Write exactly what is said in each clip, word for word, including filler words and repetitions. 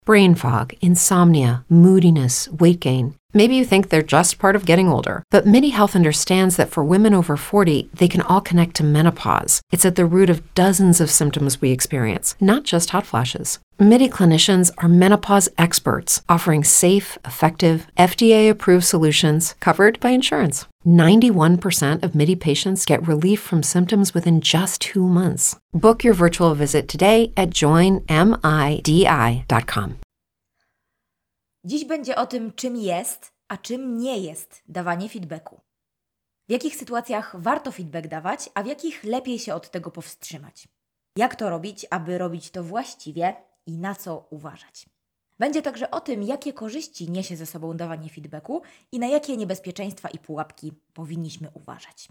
Brain fog, insomnia, moodiness, weight gain. Maybe you think they're just part of getting older, but MIDI Health understands that for women over forty, they can all connect to menopause. It's at the root of dozens of symptoms we experience, not just hot flashes. MIDI clinicians are menopause experts, offering safe, effective, F D A-approved solutions covered by insurance. ninety-one percent of MIDI patients get relief from symptoms within just two months. Book your virtual visit today at join midi dot com. Dziś będzie o tym, czym jest, a czym nie jest dawanie feedbacku. W jakich sytuacjach warto feedback dawać, a w jakich lepiej się od tego powstrzymać. Jak to robić, aby robić to właściwie i na co uważać. Będzie także o tym, jakie korzyści niesie ze sobą dawanie feedbacku i na jakie niebezpieczeństwa i pułapki powinniśmy uważać.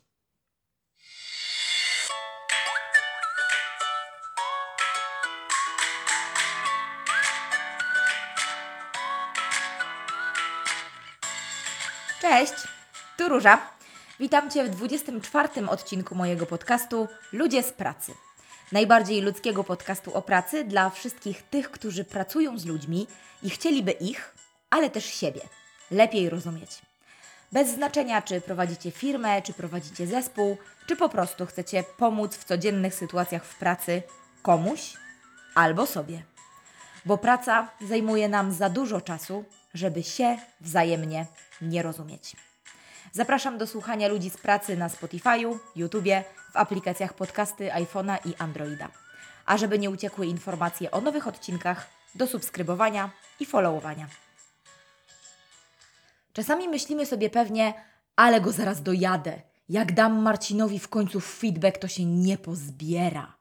Cześć, tu Róża. Witam Cię w dwudziestym czwartym odcinku mojego podcastu Ludzie z pracy. Najbardziej ludzkiego podcastu o pracy dla wszystkich tych, którzy pracują z ludźmi i chcieliby ich, ale też siebie, lepiej rozumieć. Bez znaczenia, czy prowadzicie firmę, czy prowadzicie zespół, czy po prostu chcecie pomóc w codziennych sytuacjach w pracy komuś albo sobie. Bo praca zajmuje nam za dużo czasu, żeby się wzajemnie nie rozumieć. Zapraszam do słuchania Ludzi z pracy na Spotify'u, YouTubie, w aplikacjach podcasty iPhone'a i Androida. A żeby nie uciekły informacje o nowych odcinkach, do subskrybowania i followowania. Czasami myślimy sobie pewnie, ale go zaraz dojadę. Jak dam Marcinowi w końcu feedback, to się nie pozbiera.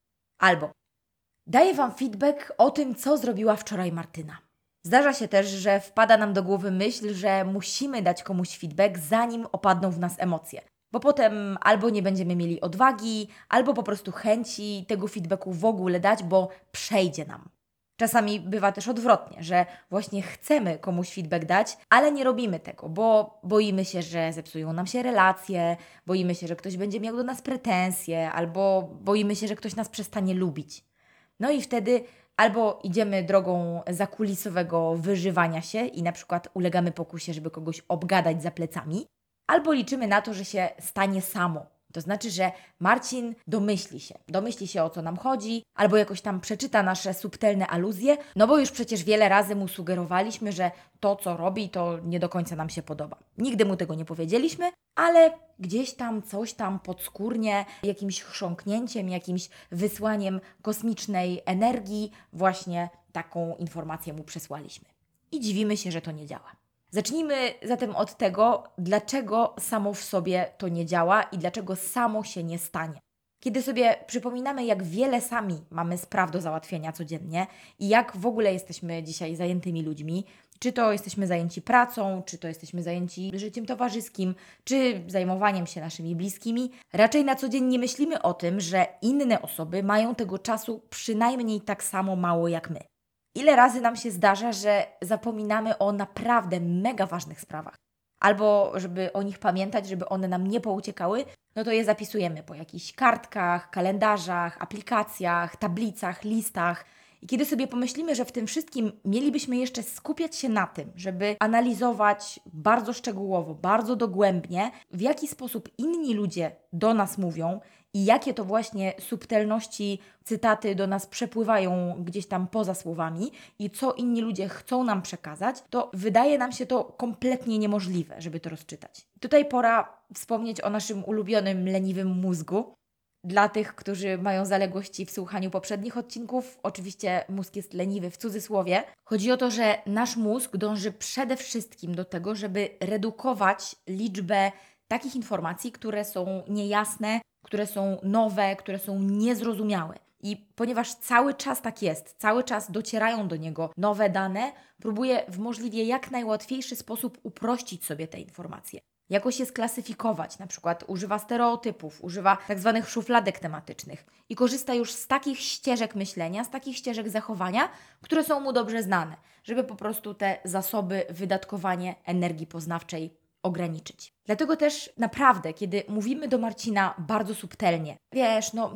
Albo daję Wam feedback o tym, co zrobiła wczoraj Martyna. Zdarza się też, że wpada nam do głowy myśl, że musimy dać komuś feedback, zanim opadną w nas emocje. Bo potem albo nie będziemy mieli odwagi, albo po prostu chęci tego feedbacku w ogóle dać, bo przejdzie nam. Czasami bywa też odwrotnie, że właśnie chcemy komuś feedback dać, ale nie robimy tego, bo boimy się, że zepsują nam się relacje, boimy się, że ktoś będzie miał do nas pretensje, albo boimy się, że ktoś nas przestanie lubić. No i wtedy albo idziemy drogą zakulisowego wyżywania się i na przykład ulegamy pokusie, żeby kogoś obgadać za plecami, albo liczymy na to, że się stanie samo. To znaczy, że Marcin domyśli się, domyśli się o co nam chodzi, albo jakoś tam przeczyta nasze subtelne aluzje, no bo już przecież wiele razy mu sugerowaliśmy, że to co robi to nie do końca nam się podoba. Nigdy mu tego nie powiedzieliśmy, ale gdzieś tam coś tam podskórnie, jakimś chrząknięciem, jakimś wysłaniem kosmicznej energii właśnie taką informację mu przesłaliśmy. I dziwimy się, że to nie działa. Zacznijmy zatem od tego, dlaczego samo w sobie to nie działa i dlaczego samo się nie stanie. Kiedy sobie przypominamy, jak wiele sami mamy spraw do załatwienia codziennie i jak w ogóle jesteśmy dzisiaj zajętymi ludźmi, czy to jesteśmy zajęci pracą, czy to jesteśmy zajęci życiem towarzyskim, czy zajmowaniem się naszymi bliskimi, raczej na co dzień nie myślimy o tym, że inne osoby mają tego czasu przynajmniej tak samo mało jak my. Ile razy nam się zdarza, że zapominamy o naprawdę mega ważnych sprawach. Albo żeby o nich pamiętać, żeby one nam nie pouciekały, no to je zapisujemy po jakichś kartkach, kalendarzach, aplikacjach, tablicach, listach. I kiedy sobie pomyślimy, że w tym wszystkim mielibyśmy jeszcze skupiać się na tym, żeby analizować bardzo szczegółowo, bardzo dogłębnie, w jaki sposób inni ludzie do nas mówią i jakie to właśnie subtelności, cytaty do nas przepływają gdzieś tam poza słowami i co inni ludzie chcą nam przekazać, to wydaje nam się to kompletnie niemożliwe, żeby to rozczytać. Tutaj pora wspomnieć o naszym ulubionym, leniwym mózgu. Dla tych, którzy mają zaległości w słuchaniu poprzednich odcinków, oczywiście mózg jest leniwy w cudzysłowie. Chodzi o to, że nasz mózg dąży przede wszystkim do tego, żeby redukować liczbę takich informacji, które są niejasne, które są nowe, które są niezrozumiałe. I ponieważ cały czas tak jest, cały czas docierają do niego nowe dane, próbuje w możliwie jak najłatwiejszy sposób uprościć sobie te informacje. Jakoś je sklasyfikować, na przykład używa stereotypów, używa tak zwanych szufladek tematycznych i korzysta już z takich ścieżek myślenia, z takich ścieżek zachowania, które są mu dobrze znane, żeby po prostu te zasoby, wydatkowanie energii poznawczej ograniczyć. Dlatego też naprawdę, kiedy mówimy do Marcina bardzo subtelnie, wiesz, no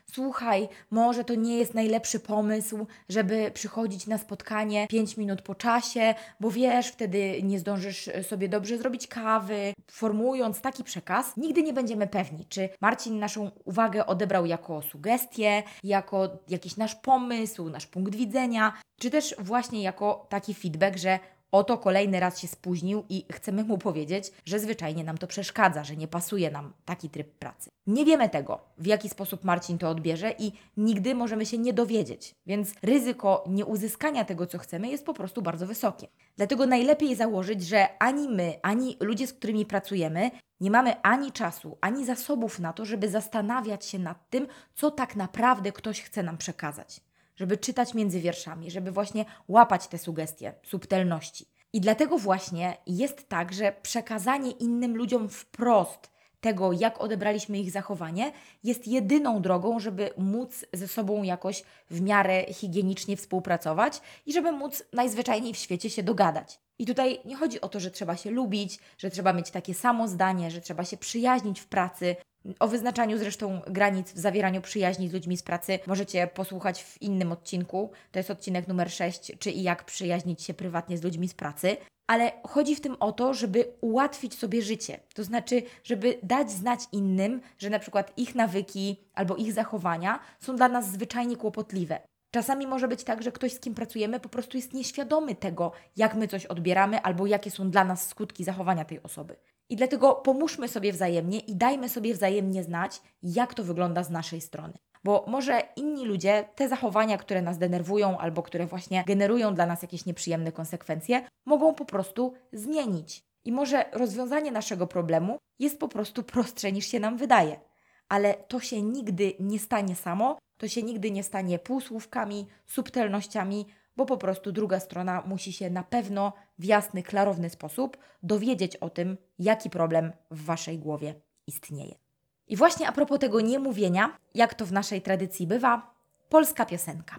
słuchaj, może to nie jest najlepszy pomysł, żeby przychodzić na spotkanie pięć minut po czasie, bo wiesz, wtedy nie zdążysz sobie dobrze zrobić kawy. Formułując taki przekaz, nigdy nie będziemy pewni, czy Marcin naszą uwagę odebrał jako sugestię, jako jakiś nasz pomysł, nasz punkt widzenia, czy też właśnie jako taki feedback, że oto kolejny raz się spóźnił i chcemy mu powiedzieć, że zwyczajnie nam to przeszkadza, że nie pasuje nam taki tryb pracy. Nie wiemy tego, w jaki sposób Marcin to odbierze i nigdy możemy się nie dowiedzieć, więc ryzyko nieuzyskania tego, co chcemy, jest po prostu bardzo wysokie. Dlatego najlepiej założyć, że ani my, ani ludzie, z którymi pracujemy, nie mamy ani czasu, ani zasobów na to, żeby zastanawiać się nad tym, co tak naprawdę ktoś chce nam przekazać. Żeby czytać między wierszami, żeby właśnie łapać te sugestie, subtelności. I dlatego właśnie jest tak, że przekazanie innym ludziom wprost tego, jak odebraliśmy ich zachowanie, jest jedyną drogą, żeby móc ze sobą jakoś w miarę higienicznie współpracować i żeby móc najzwyczajniej w świecie się dogadać. I tutaj nie chodzi o to, że trzeba się lubić, że trzeba mieć takie samo zdanie, że trzeba się przyjaźnić w pracy. O wyznaczaniu zresztą granic w zawieraniu przyjaźni z ludźmi z pracy możecie posłuchać w innym odcinku. To jest odcinek numer sześć, czy i jak przyjaźnić się prywatnie z ludźmi z pracy. Ale chodzi w tym o to, żeby ułatwić sobie życie. To znaczy, żeby dać znać innym, że na przykład ich nawyki albo ich zachowania są dla nas zwyczajnie kłopotliwe. Czasami może być tak, że ktoś, z kim pracujemy, po prostu jest nieświadomy tego, jak my coś odbieramy albo jakie są dla nas skutki zachowania tej osoby. I dlatego pomóżmy sobie wzajemnie i dajmy sobie wzajemnie znać, jak to wygląda z naszej strony. Bo może inni ludzie te zachowania, które nas denerwują albo które właśnie generują dla nas jakieś nieprzyjemne konsekwencje, mogą po prostu zmienić. I może rozwiązanie naszego problemu jest po prostu prostsze niż się nam wydaje. Ale to się nigdy nie stanie samo, to się nigdy nie stanie półsłówkami, subtelnościami, bo po prostu druga strona musi się na pewno w jasny, klarowny sposób dowiedzieć o tym, jaki problem w Waszej głowie istnieje. I właśnie a propos tego niemówienia, jak to w naszej tradycji bywa, polska piosenka.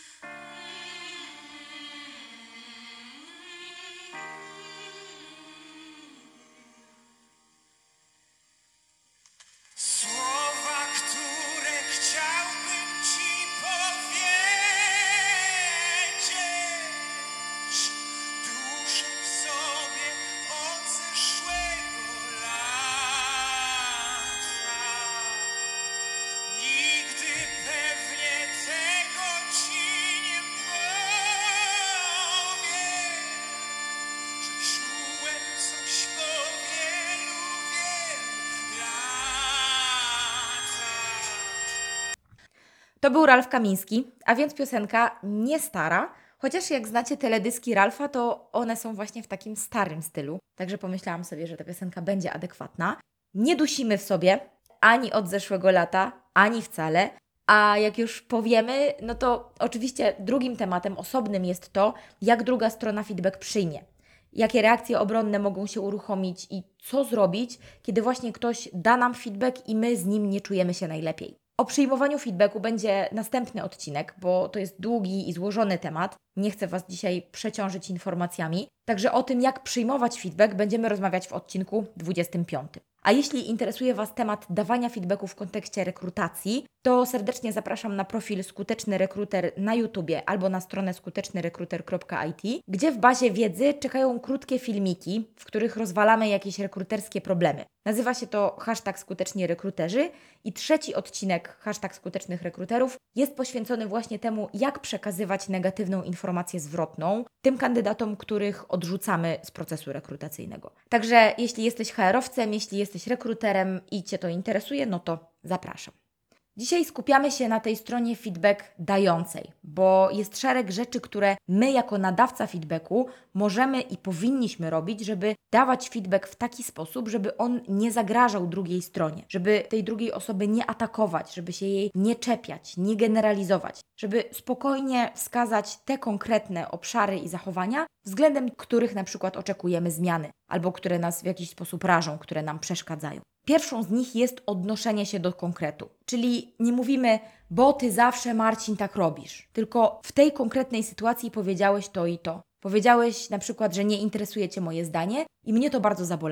Słowa, które chciałbym Ci powiedzieć, duszę w sobie od zeszłego lata. Nigdy pewnie tego Ci nie powiem, że czułem coś po wielu, wielu latach. To był Ralf Kamiński, a więc piosenka nie stara, chociaż jak znacie teledyski Ralfa, to one są właśnie w takim starym stylu. Także pomyślałam sobie, że ta piosenka będzie adekwatna. Nie dusimy w sobie ani od zeszłego lata, ani wcale. A jak już powiemy, no to oczywiście drugim tematem osobnym jest to, jak druga strona feedback przyjmie. Jakie reakcje obronne mogą się uruchomić i co zrobić, kiedy właśnie ktoś da nam feedback i my z nim nie czujemy się najlepiej. O przyjmowaniu feedbacku będzie następny odcinek, bo to jest długi i złożony temat. Nie chcę Was dzisiaj przeciążyć informacjami. Także o tym, jak przyjmować feedback, będziemy rozmawiać w odcinku dwudziestym piątym. A jeśli interesuje Was temat dawania feedbacku w kontekście rekrutacji, to serdecznie zapraszam na profil Skuteczny Rekruter na YouTubie albo na stronę skuteczny rekruter kropka i t, gdzie w bazie wiedzy czekają krótkie filmiki, w których rozwalamy jakieś rekruterskie problemy. Nazywa się to hashtag Skuteczni Rekruterzy i trzeci odcinek hashtag Skutecznych Rekruterów jest poświęcony właśnie temu, jak przekazywać negatywną informację zwrotną tym kandydatom, których odrzucamy z procesu rekrutacyjnego. Także jeśli jesteś H R-owcem, jeśli jesteś rekruterem i Cię to interesuje, no to zapraszam. Dzisiaj skupiamy się na tej stronie feedback dającej, bo jest szereg rzeczy, które my jako nadawca feedbacku możemy i powinniśmy robić, żeby dawać feedback w taki sposób, żeby on nie zagrażał drugiej stronie, żeby tej drugiej osoby nie atakować, żeby się jej nie czepiać, nie generalizować, żeby spokojnie wskazać te konkretne obszary i zachowania, względem których na przykład oczekujemy zmiany, albo które nas w jakiś sposób rażą, które nam przeszkadzają. Pierwszą z nich jest odnoszenie się do konkretu, czyli nie mówimy, bo Ty zawsze, Marcin, tak robisz, tylko w tej konkretnej sytuacji powiedziałeś to i to. Powiedziałeś na przykład, że nie interesuje Cię moje zdanie i mnie to bardzo zabolało.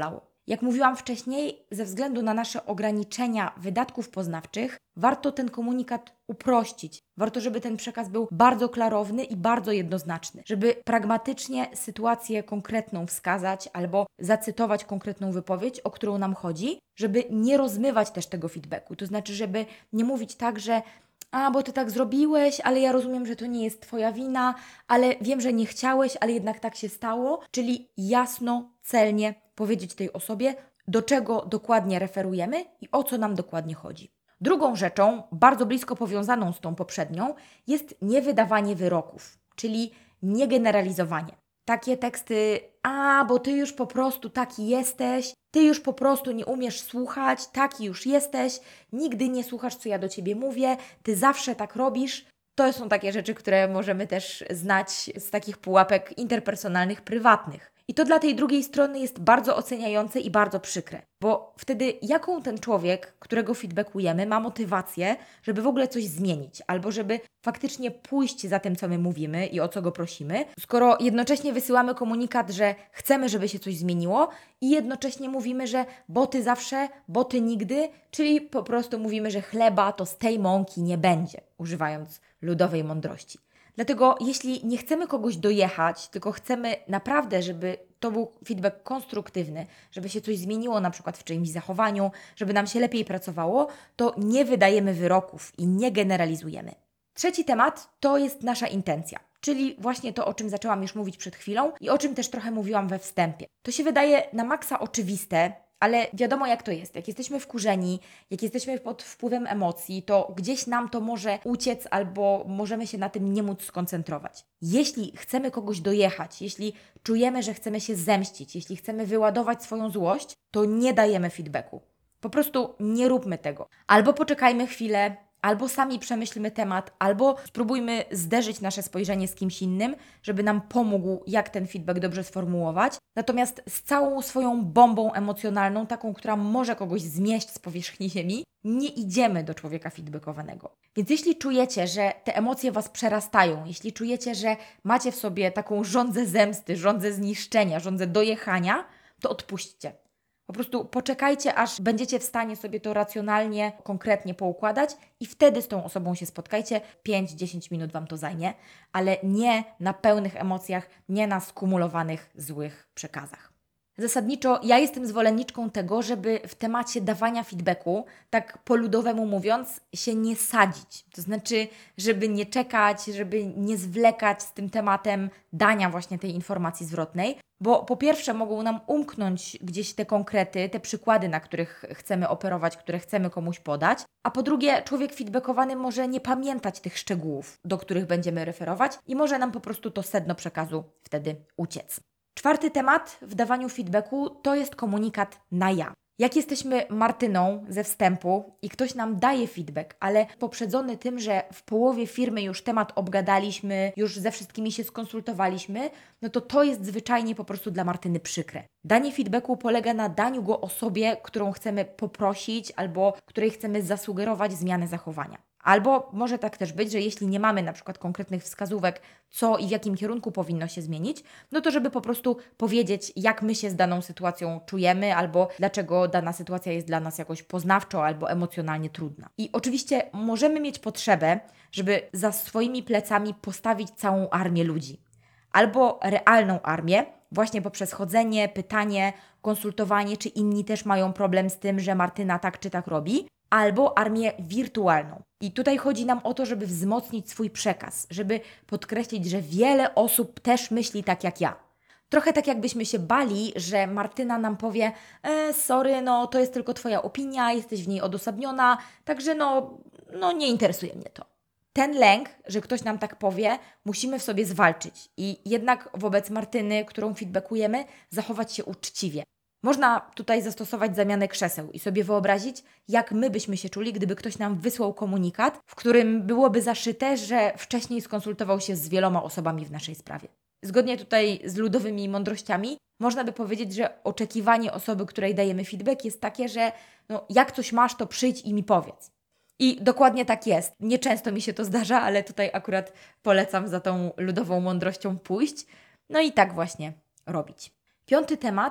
Jak mówiłam wcześniej, ze względu na nasze ograniczenia wydatków poznawczych, warto ten komunikat uprościć. Warto, żeby ten przekaz był bardzo klarowny i bardzo jednoznaczny, żeby pragmatycznie sytuację konkretną wskazać albo zacytować konkretną wypowiedź, o którą nam chodzi, żeby nie rozmywać też tego feedbacku. To znaczy, żeby nie mówić tak, że a, bo ty tak zrobiłeś, ale ja rozumiem, że to nie jest twoja wina, ale wiem, że nie chciałeś, ale jednak tak się stało. Czyli jasno, celnie powiedzieć tej osobie, do czego dokładnie referujemy i o co nam dokładnie chodzi. Drugą rzeczą, bardzo blisko powiązaną z tą poprzednią, jest niewydawanie wyroków, czyli niegeneralizowanie. Takie teksty, a, bo ty już po prostu taki jesteś, ty już po prostu nie umiesz słuchać, taki już jesteś, nigdy nie słuchasz, co ja do ciebie mówię, ty zawsze tak robisz. To są takie rzeczy, które możemy też znać z takich pułapek interpersonalnych, prywatnych. I to dla tej drugiej strony jest bardzo oceniające i bardzo przykre, bo wtedy jaką ten człowiek, którego feedbackujemy, ma motywację, żeby w ogóle coś zmienić, albo żeby faktycznie pójść za tym, co my mówimy i o co go prosimy, skoro jednocześnie wysyłamy komunikat, że chcemy, żeby się coś zmieniło i jednocześnie mówimy, że bo ty zawsze, bo ty nigdy, czyli po prostu mówimy, że chleba to z tej mąki nie będzie, używając ludowej mądrości. Dlatego jeśli nie chcemy kogoś dojechać, tylko chcemy naprawdę, żeby to był feedback konstruktywny, żeby się coś zmieniło na przykład w czyimś zachowaniu, żeby nam się lepiej pracowało, to nie wydajemy wyroków i nie generalizujemy. Trzeci temat to jest nasza intencja, czyli właśnie to, o czym zaczęłam już mówić przed chwilą i o czym też trochę mówiłam we wstępie. To się wydaje na maksa oczywiste, ale wiadomo jak to jest. Jak jesteśmy wkurzeni, jak jesteśmy pod wpływem emocji, to gdzieś nam to może uciec albo możemy się na tym nie móc skoncentrować. Jeśli chcemy kogoś dojechać, jeśli czujemy, że chcemy się zemścić, jeśli chcemy wyładować swoją złość, to nie dajemy feedbacku. Po prostu nie róbmy tego. Albo poczekajmy chwilę, albo sami przemyślmy temat, albo spróbujmy zderzyć nasze spojrzenie z kimś innym, żeby nam pomógł, jak ten feedback dobrze sformułować. Natomiast z całą swoją bombą emocjonalną, taką, która może kogoś zmieść z powierzchni ziemi, nie idziemy do człowieka feedbackowanego. Więc jeśli czujecie, że te emocje Was przerastają, jeśli czujecie, że macie w sobie taką żądzę zemsty, żądzę zniszczenia, żądzę dojechania, to odpuśćcie. Po prostu poczekajcie, aż będziecie w stanie sobie to racjonalnie, konkretnie poukładać i wtedy z tą osobą się spotkajcie. pięć do dziesięciu minut Wam to zajmie, ale nie na pełnych emocjach, nie na skumulowanych złych przekazach. Zasadniczo ja jestem zwolenniczką tego, żeby w temacie dawania feedbacku, tak po ludowemu mówiąc, się nie sadzić. To znaczy, żeby nie czekać, żeby nie zwlekać z tym tematem dania właśnie tej informacji zwrotnej, bo po pierwsze mogą nam umknąć gdzieś te konkrety, te przykłady, na których chcemy operować, które chcemy komuś podać, a po drugie człowiek feedbackowany może nie pamiętać tych szczegółów, do których będziemy referować i może nam po prostu to sedno przekazu wtedy uciec. Czwarty temat w dawaniu feedbacku to jest komunikat na ja. Jak jesteśmy Martyną ze wstępu i ktoś nam daje feedback, ale poprzedzony tym, że w połowie firmy już temat obgadaliśmy, już ze wszystkimi się skonsultowaliśmy, no to to jest zwyczajnie po prostu dla Martyny przykre. Danie feedbacku polega na daniu go osobie, którą chcemy poprosić albo której chcemy zasugerować zmianę zachowania. Albo może tak też być, że jeśli nie mamy na przykład konkretnych wskazówek, co i w jakim kierunku powinno się zmienić, no to żeby po prostu powiedzieć, jak my się z daną sytuacją czujemy, albo dlaczego dana sytuacja jest dla nas jakoś poznawczo albo emocjonalnie trudna. I oczywiście możemy mieć potrzebę, żeby za swoimi plecami postawić całą armię ludzi. Albo realną armię, właśnie poprzez chodzenie, pytanie, konsultowanie, czy inni też mają problem z tym, że Martyna tak czy tak robi, albo armię wirtualną. I tutaj chodzi nam o to, żeby wzmocnić swój przekaz, żeby podkreślić, że wiele osób też myśli tak jak ja. Trochę tak jakbyśmy się bali, że Martyna nam powie e, sorry, no to jest tylko Twoja opinia, jesteś w niej odosobniona, także no, no nie interesuje mnie to. Ten lęk, że ktoś nam tak powie, musimy w sobie zwalczyć i jednak wobec Martyny, którą feedbackujemy, zachować się uczciwie. Można tutaj zastosować zamianę krzeseł i sobie wyobrazić, jak my byśmy się czuli, gdyby ktoś nam wysłał komunikat, w którym byłoby zaszyte, że wcześniej skonsultował się z wieloma osobami w naszej sprawie. Zgodnie tutaj z ludowymi mądrościami można by powiedzieć, że oczekiwanie osoby, której dajemy feedback jest takie, że no, jak coś masz, to przyjdź i mi powiedz. I dokładnie tak jest. Nieczęsto mi się to zdarza, ale tutaj akurat polecam za tą ludową mądrością pójść. No i tak właśnie robić. Piąty temat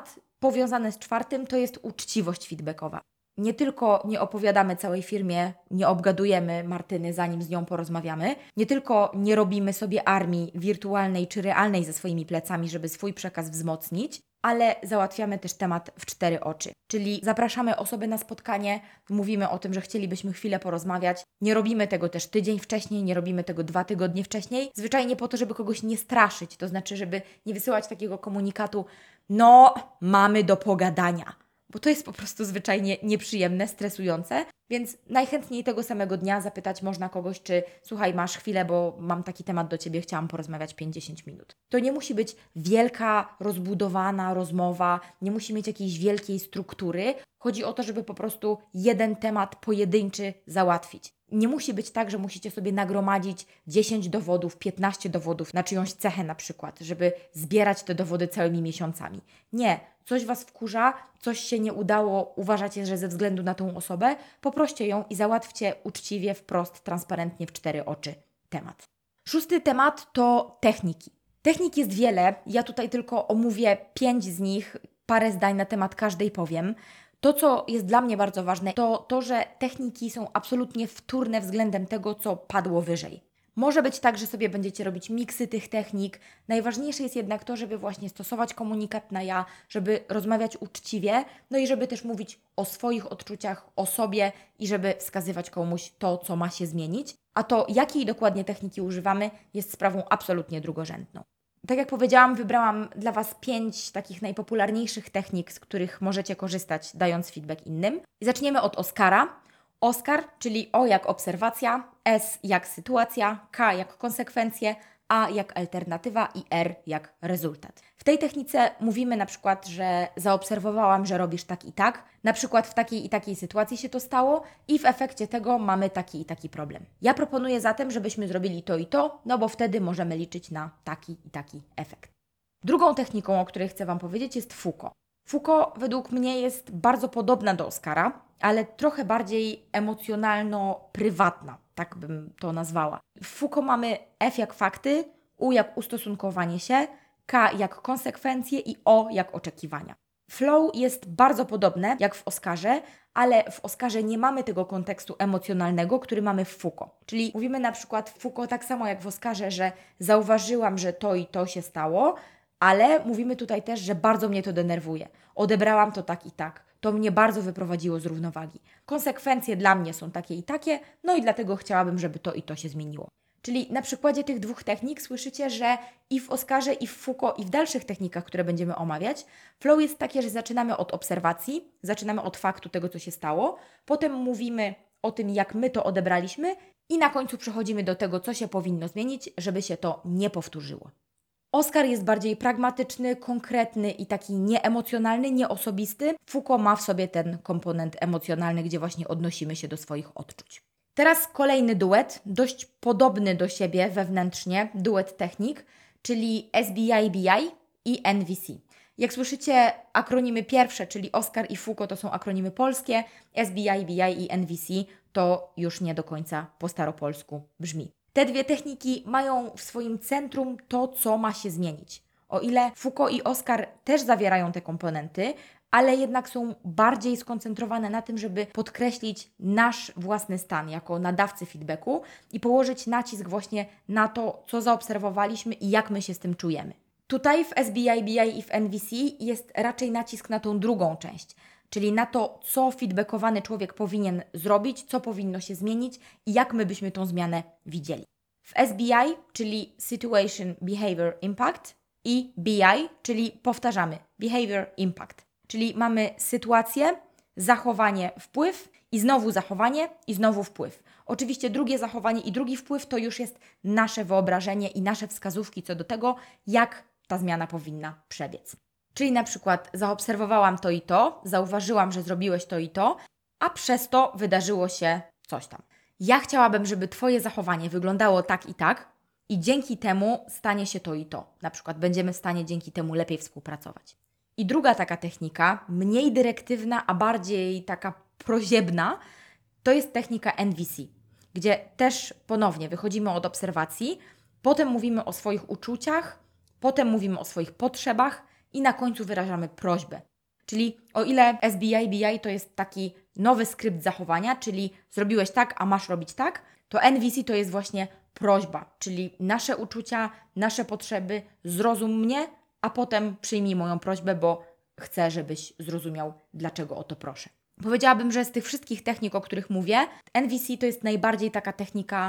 powiązane z czwartym, to jest uczciwość feedbackowa. Nie tylko nie opowiadamy całej firmie, nie obgadujemy Martyny, zanim z nią porozmawiamy, nie tylko nie robimy sobie armii wirtualnej czy realnej ze swoimi plecami, żeby swój przekaz wzmocnić, ale załatwiamy też temat w cztery oczy. Czyli zapraszamy osobę na spotkanie, mówimy o tym, że chcielibyśmy chwilę porozmawiać. Nie robimy tego też tydzień wcześniej, nie robimy tego dwa tygodnie wcześniej. Zwyczajnie po to, żeby kogoś nie straszyć, to znaczy, żeby nie wysyłać takiego komunikatu, no, mamy do pogadania. Bo to jest po prostu zwyczajnie nieprzyjemne, stresujące, więc najchętniej tego samego dnia zapytać można kogoś, czy słuchaj, masz chwilę, bo mam taki temat do Ciebie, chciałam porozmawiać pięćdziesiąt minut. To nie musi być wielka, rozbudowana rozmowa, nie musi mieć jakiejś wielkiej struktury. Chodzi o to, żeby po prostu jeden temat pojedynczy załatwić. Nie musi być tak, że musicie sobie nagromadzić dziesięć dowodów, piętnaście dowodów na czyjąś cechę na przykład, żeby zbierać te dowody całymi miesiącami. Nie, coś Was wkurza, coś się nie udało, uważacie, że ze względu na tą osobę, poproście ją i załatwcie uczciwie, wprost, transparentnie w cztery oczy temat. Szósty temat to techniki. Technik jest wiele, ja tutaj tylko omówię pięć z nich, parę zdań na temat każdej powiem. To, co jest dla mnie bardzo ważne, to to, że techniki są absolutnie wtórne względem tego, co padło wyżej. Może być tak, że sobie będziecie robić miksy tych technik. Najważniejsze jest jednak to, żeby właśnie stosować komunikat na ja, żeby rozmawiać uczciwie, no i żeby też mówić o swoich odczuciach, o sobie i żeby wskazywać komuś to, co ma się zmienić. A to, jakiej dokładnie techniki używamy, jest sprawą absolutnie drugorzędną. Tak jak powiedziałam, wybrałam dla Was pięć takich najpopularniejszych technik, z których możecie korzystać, dając feedback innym. I zaczniemy od Oscara. Oscar, czyli O jak obserwacja, S jak sytuacja, K jak konsekwencje, A jak alternatywa i R jak rezultat. W tej technice mówimy na przykład, że zaobserwowałam, że robisz tak i tak, na przykład w takiej i takiej sytuacji się to stało i w efekcie tego mamy taki i taki problem. Ja proponuję zatem, żebyśmy zrobili to i to, no bo wtedy możemy liczyć na taki i taki efekt. Drugą techniką, o której chcę Wam powiedzieć, jest Foucault. Foucault według mnie jest bardzo podobna do Oscara, ale trochę bardziej emocjonalno-prywatna, tak bym to nazwała. W Foucault mamy F jak fakty, U jak ustosunkowanie się, K jak konsekwencje i O jak oczekiwania. Flow jest bardzo podobne jak w Oscarze, ale w Oscarze nie mamy tego kontekstu emocjonalnego, który mamy w Foucault. Czyli mówimy na przykład w Foucault tak samo jak w Oscarze, że zauważyłam, że to i to się stało, ale mówimy tutaj też, że bardzo mnie to denerwuje. Odebrałam to tak i tak. To mnie bardzo wyprowadziło z równowagi. Konsekwencje dla mnie są takie i takie, no i dlatego chciałabym, żeby to i to się zmieniło. Czyli na przykładzie tych dwóch technik słyszycie, że i w Oscarze, i w Foucault, i w dalszych technikach, które będziemy omawiać, flow jest takie, że zaczynamy od obserwacji, zaczynamy od faktu tego, co się stało, potem mówimy o tym, jak my to odebraliśmy i na końcu przechodzimy do tego, co się powinno zmienić, żeby się to nie powtórzyło. Oscar jest bardziej pragmatyczny, konkretny i taki nieemocjonalny, nieosobisty. Foucault ma w sobie ten komponent emocjonalny, gdzie właśnie odnosimy się do swoich odczuć. Teraz kolejny duet, dość podobny do siebie wewnętrznie, duet technik, czyli S B I B I i N V C. Jak słyszycie, akronimy pierwsze, czyli Oscar i Foucault, to są akronimy polskie, S B I B I i N V C to już nie do końca po staropolsku brzmi. Te dwie techniki mają w swoim centrum to, co ma się zmienić. O ile Foucault i Oscar też zawierają te komponenty, ale jednak są bardziej skoncentrowane na tym, żeby podkreślić nasz własny stan jako nadawcy feedbacku i położyć nacisk właśnie na to, co zaobserwowaliśmy i jak my się z tym czujemy. Tutaj w S B I B I i w N V C jest raczej nacisk na tą drugą część, czyli na to, co feedbackowany człowiek powinien zrobić, co powinno się zmienić i jak my byśmy tą zmianę widzieli. W S B I, czyli Situation, Behavior, Impact i B I, czyli powtarzamy Behavior, Impact, czyli mamy sytuację, zachowanie, wpływ i znowu zachowanie i znowu wpływ. Oczywiście drugie zachowanie i drugi wpływ to już jest nasze wyobrażenie i nasze wskazówki co do tego, jak ta zmiana powinna przebiec. Czyli na przykład zaobserwowałam to i to, zauważyłam, że zrobiłeś to i to, a przez to wydarzyło się coś tam. Ja chciałabym, żeby Twoje zachowanie wyglądało tak i tak i dzięki temu stanie się to i to. Na przykład będziemy w stanie dzięki temu lepiej współpracować. I druga taka technika, mniej dyrektywna, a bardziej taka proziebna, to jest technika N V C, gdzie też ponownie wychodzimy od obserwacji, potem mówimy o swoich uczuciach, potem mówimy o swoich potrzebach i na końcu wyrażamy prośbę. Czyli o ile S B I B I to jest taki nowy skrypt zachowania, czyli zrobiłeś tak, a masz robić tak, to N V C to jest właśnie prośba, czyli nasze uczucia, nasze potrzeby, zrozum mnie, a potem przyjmij moją prośbę, bo chcę, żebyś zrozumiał, dlaczego o to proszę. Powiedziałabym, że z tych wszystkich technik, o których mówię, N V C to jest najbardziej taka technika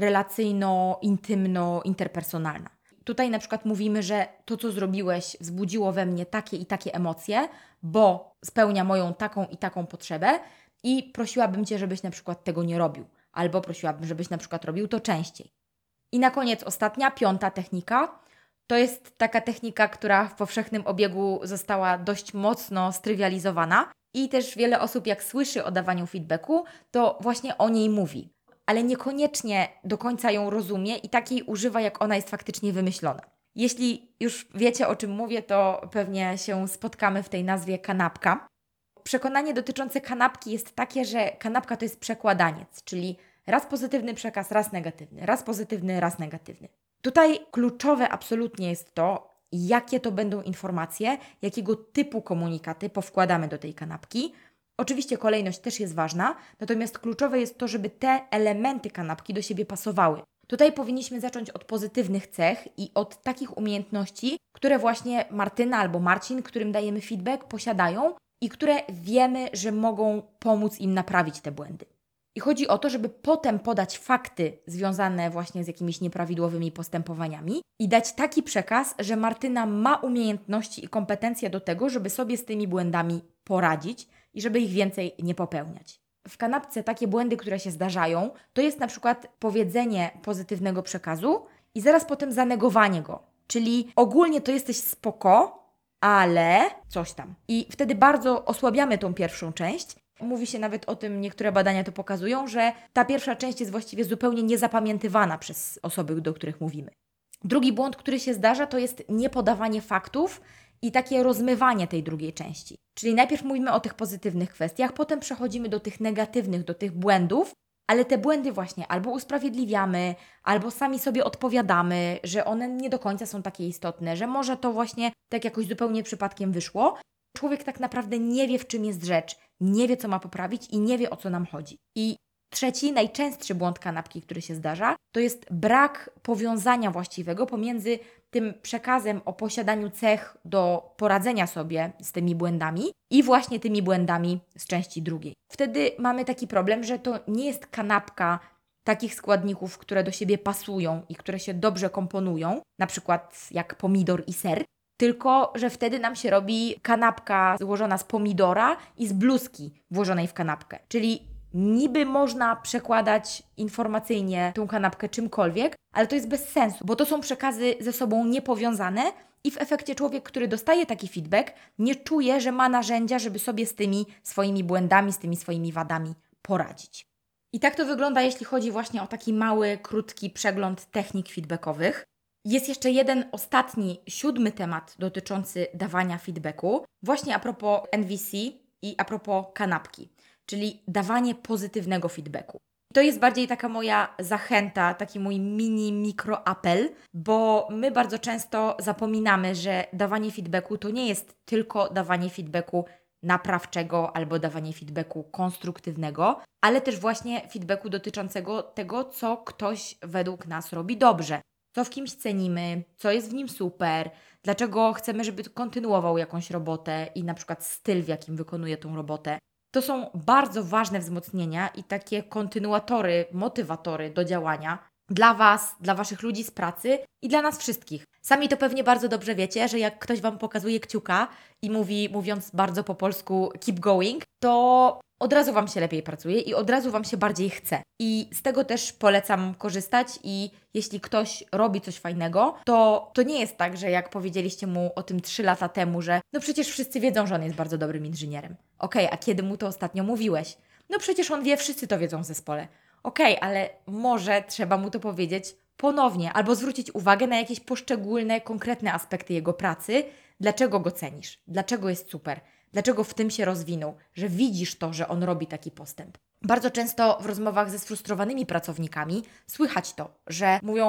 relacyjno-intymno-interpersonalna. Tutaj na przykład mówimy, że to, co zrobiłeś, wzbudziło we mnie takie i takie emocje, bo spełnia moją taką i taką potrzebę i prosiłabym Cię, żebyś na przykład tego nie robił, albo prosiłabym, żebyś na przykład robił to częściej. I na koniec ostatnia, piąta technika. To jest taka technika, która w powszechnym obiegu została dość mocno strywializowana i też wiele osób, jak słyszy o dawaniu feedbacku, to właśnie o niej mówi, ale niekoniecznie do końca ją rozumie i takiej używa, jak ona jest faktycznie wymyślona. Jeśli już wiecie, o czym mówię, to pewnie się spotkamy w tej nazwie kanapka. Przekonanie dotyczące kanapki jest takie, że kanapka to jest przekładaniec, czyli raz pozytywny przekaz, raz negatywny, raz pozytywny, raz negatywny. Tutaj kluczowe absolutnie jest to, jakie to będą informacje, jakiego typu komunikaty powkładamy do tej kanapki. Oczywiście kolejność też jest ważna, natomiast kluczowe jest to, żeby te elementy kanapki do siebie pasowały. Tutaj powinniśmy zacząć od pozytywnych cech i od takich umiejętności, które właśnie Martyna albo Marcin, którym dajemy feedback, posiadają i które wiemy, że mogą pomóc im naprawić te błędy. I chodzi o to, żeby potem podać fakty związane właśnie z jakimiś nieprawidłowymi postępowaniami i dać taki przekaz, że Martyna ma umiejętności i kompetencje do tego, żeby sobie z tymi błędami poradzić i żeby ich więcej nie popełniać. W kanapce takie błędy, które się zdarzają, to jest na przykład powiedzenie pozytywnego przekazu i zaraz potem zanegowanie go. Czyli ogólnie to jesteś spoko, ale coś tam. I wtedy bardzo osłabiamy tą pierwszą część. Mówi się nawet o tym, niektóre badania to pokazują, że ta pierwsza część jest właściwie zupełnie niezapamiętywana przez osoby, do których mówimy. Drugi błąd, który się zdarza, to jest niepodawanie faktów i takie rozmywanie tej drugiej części. Czyli najpierw mówimy o tych pozytywnych kwestiach, potem przechodzimy do tych negatywnych, do tych błędów, ale te błędy właśnie albo usprawiedliwiamy, albo sami sobie odpowiadamy, że one nie do końca są takie istotne, że może to właśnie tak jakoś zupełnie przypadkiem wyszło. Człowiek tak naprawdę nie wie, w czym jest rzecz, nie wie, co ma poprawić i nie wie, o co nam chodzi. I trzeci, najczęstszy błąd kanapki, który się zdarza, to jest brak powiązania właściwego pomiędzy tym przekazem o posiadaniu cech do poradzenia sobie z tymi błędami i właśnie tymi błędami z części drugiej. Wtedy mamy taki problem, że to nie jest kanapka takich składników, które do siebie pasują i które się dobrze komponują, na przykład jak pomidor i ser, tylko że wtedy nam się robi kanapka złożona z pomidora i z bluzki włożonej w kanapkę. Czyli niby można przekładać informacyjnie tą kanapkę czymkolwiek, ale to jest bez sensu, bo to są przekazy ze sobą niepowiązane i w efekcie człowiek, który dostaje taki feedback, nie czuje, że ma narzędzia, żeby sobie z tymi swoimi błędami, z tymi swoimi wadami poradzić. I tak to wygląda, jeśli chodzi właśnie o taki mały, krótki przegląd technik feedbackowych. Jest jeszcze jeden ostatni, siódmy temat dotyczący dawania feedbacku, właśnie a propos N V C i a propos kanapki, czyli dawanie pozytywnego feedbacku. To jest bardziej taka moja zachęta, taki mój mini mikroapel, bo my bardzo często zapominamy, że dawanie feedbacku to nie jest tylko dawanie feedbacku naprawczego albo dawanie feedbacku konstruktywnego, ale też właśnie feedbacku dotyczącego tego, co ktoś według nas robi dobrze. Co w kimś cenimy, co jest w nim super, dlaczego chcemy, żeby kontynuował jakąś robotę i na przykład styl, w jakim wykonuje tą robotę. To są bardzo ważne wzmocnienia i takie kontynuatory, motywatory do działania dla Was, dla Waszych ludzi z pracy i dla nas wszystkich. Sami to pewnie bardzo dobrze wiecie, że jak ktoś Wam pokazuje kciuka i mówi, mówiąc bardzo po polsku, keep going, to od razu Wam się lepiej pracuje i od razu Wam się bardziej chce. I z tego też polecam korzystać i jeśli ktoś robi coś fajnego, to to nie jest tak, że jak powiedzieliście mu o tym trzy lata temu, że no przecież wszyscy wiedzą, że on jest bardzo dobrym inżynierem. Okej, a kiedy mu to ostatnio mówiłeś? No przecież on wie, wszyscy to wiedzą w zespole. Okej, ale może trzeba mu to powiedzieć ponownie albo zwrócić uwagę na jakieś poszczególne, konkretne aspekty jego pracy. Dlaczego go cenisz? Dlaczego jest super? Dlaczego w tym się rozwinął? Że widzisz to, że on robi taki postęp. Bardzo często w rozmowach ze sfrustrowanymi pracownikami słychać to, że mówią,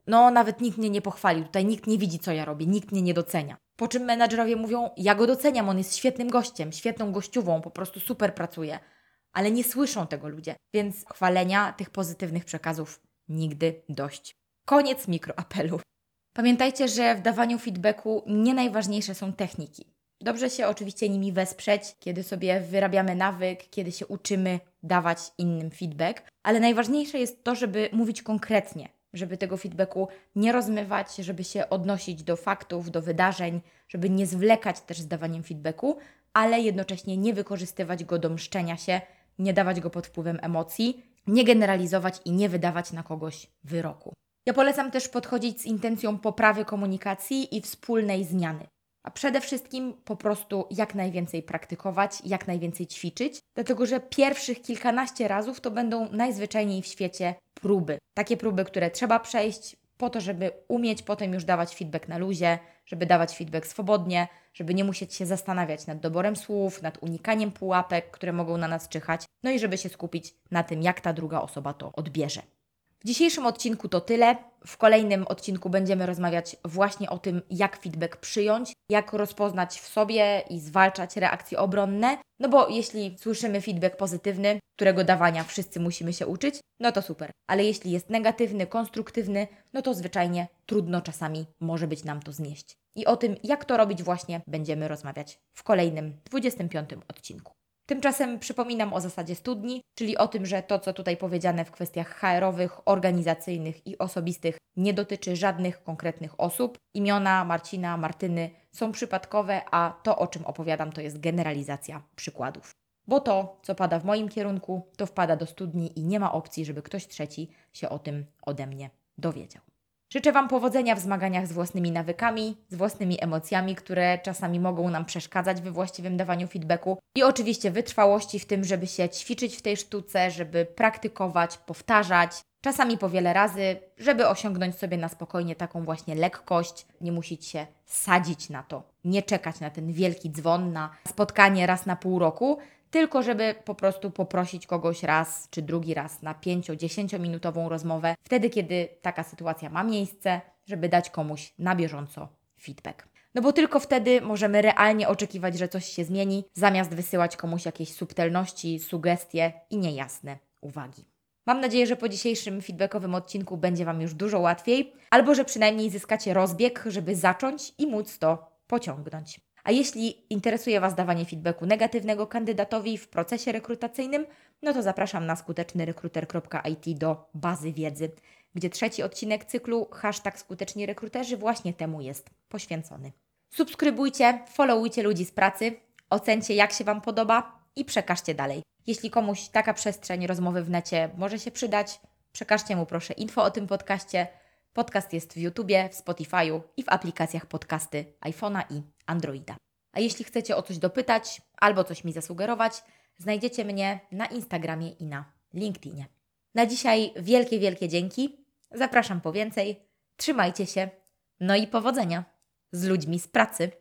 no nawet nikt mnie nie pochwalił, tutaj nikt nie widzi, co ja robię, nikt mnie nie docenia. Po czym menadżerowie mówią, ja go doceniam, on jest świetnym gościem, świetną gościową, po prostu super pracuje. Ale nie słyszą tego ludzie, więc chwalenia tych pozytywnych przekazów nigdy dość. Koniec mikroapelu. Pamiętajcie, że w dawaniu feedbacku nie najważniejsze są techniki. Dobrze się oczywiście nimi wesprzeć, kiedy sobie wyrabiamy nawyk, kiedy się uczymy dawać innym feedback, ale najważniejsze jest to, żeby mówić konkretnie, żeby tego feedbacku nie rozmywać, żeby się odnosić do faktów, do wydarzeń, żeby nie zwlekać też z dawaniem feedbacku, ale jednocześnie nie wykorzystywać go do mszczenia się, nie dawać go pod wpływem emocji, nie generalizować i nie wydawać na kogoś wyroku. Ja polecam też podchodzić z intencją poprawy komunikacji i wspólnej zmiany. A przede wszystkim po prostu jak najwięcej praktykować, jak najwięcej ćwiczyć, dlatego że pierwszych kilkanaście razów to będą najzwyczajniej w świecie próby. Takie próby, które trzeba przejść po to, żeby umieć potem już dawać feedback na luzie, żeby dawać feedback swobodnie, żeby nie musieć się zastanawiać nad doborem słów, nad unikaniem pułapek, które mogą na nas czyhać, no i żeby się skupić na tym, jak ta druga osoba to odbierze. W dzisiejszym odcinku to tyle. W kolejnym odcinku będziemy rozmawiać właśnie o tym, jak feedback przyjąć, jak rozpoznać w sobie i zwalczać reakcje obronne. No bo jeśli słyszymy feedback pozytywny, którego dawania wszyscy musimy się uczyć, no to super. Ale jeśli jest negatywny, konstruktywny, no to zwyczajnie trudno czasami może być nam to znieść. I o tym, jak to robić właśnie, będziemy rozmawiać w kolejnym, dwudziestym piątym odcinku. Tymczasem przypominam o zasadzie studni, czyli o tym, że to, co tutaj powiedziane w kwestiach H R-owych, organizacyjnych i osobistych nie dotyczy żadnych konkretnych osób. Imiona Marcina, Martyny są przypadkowe, a to, o czym opowiadam, to jest generalizacja przykładów. Bo to, co pada w moim kierunku, to wpada do studni i nie ma opcji, żeby ktoś trzeci się o tym ode mnie dowiedział. Życzę Wam powodzenia w zmaganiach z własnymi nawykami, z własnymi emocjami, które czasami mogą nam przeszkadzać we właściwym dawaniu feedbacku i oczywiście wytrwałości w tym, żeby się ćwiczyć w tej sztuce, żeby praktykować, powtarzać, czasami po wiele razy, żeby osiągnąć sobie na spokojnie taką właśnie lekkość, nie musieć się sadzić na to, nie czekać na ten wielki dzwon, na spotkanie raz na pół roku, tylko żeby po prostu poprosić kogoś raz czy drugi raz na pięcio-dziesięciominutową rozmowę, wtedy kiedy taka sytuacja ma miejsce, żeby dać komuś na bieżąco feedback. No bo tylko wtedy możemy realnie oczekiwać, że coś się zmieni, zamiast wysyłać komuś jakieś subtelności, sugestie i niejasne uwagi. Mam nadzieję, że po dzisiejszym feedbackowym odcinku będzie Wam już dużo łatwiej, albo że przynajmniej zyskacie rozbieg, żeby zacząć i móc to pociągnąć. A jeśli interesuje Was dawanie feedbacku negatywnego kandydatowi w procesie rekrutacyjny, no to zapraszam na skutecznyrekruter kropka i t do bazy wiedzy, gdzie trzeci odcinek cyklu hashtag skuteczni rekruterzy właśnie temu jest poświęcony. Subskrybujcie, followujcie ludzi z pracy, ocencie jak się Wam podoba i przekażcie dalej. Jeśli komuś taka przestrzeń rozmowy w necie może się przydać, przekażcie mu proszę info o tym podcaście. Podcast jest w YouTubie, w Spotify'u i w aplikacjach podcasty iPhone'a i Androida. A jeśli chcecie o coś dopytać albo coś mi zasugerować, znajdziecie mnie na Instagramie i na LinkedInie. Na dzisiaj wielkie, wielkie dzięki. Zapraszam po więcej. Trzymajcie się. No i powodzenia z ludźmi z pracy.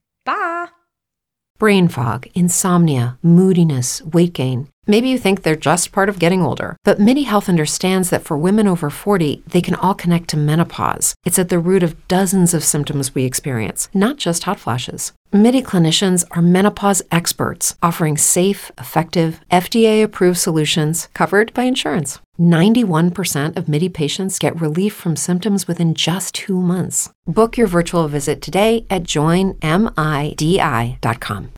Pa! Brain fog, insomnia, moodiness, weight gain. Maybe you think they're just part of getting older, but MIDI Health understands that for women over forty, they can all connect to menopause. It's at the root of dozens of symptoms we experience, not just hot flashes. MIDI clinicians are menopause experts, offering safe, effective, F D A-approved solutions covered by insurance. ninety-one percent of MIDI patients get relief from symptoms within just two months. Book your virtual visit today at join midi dot com.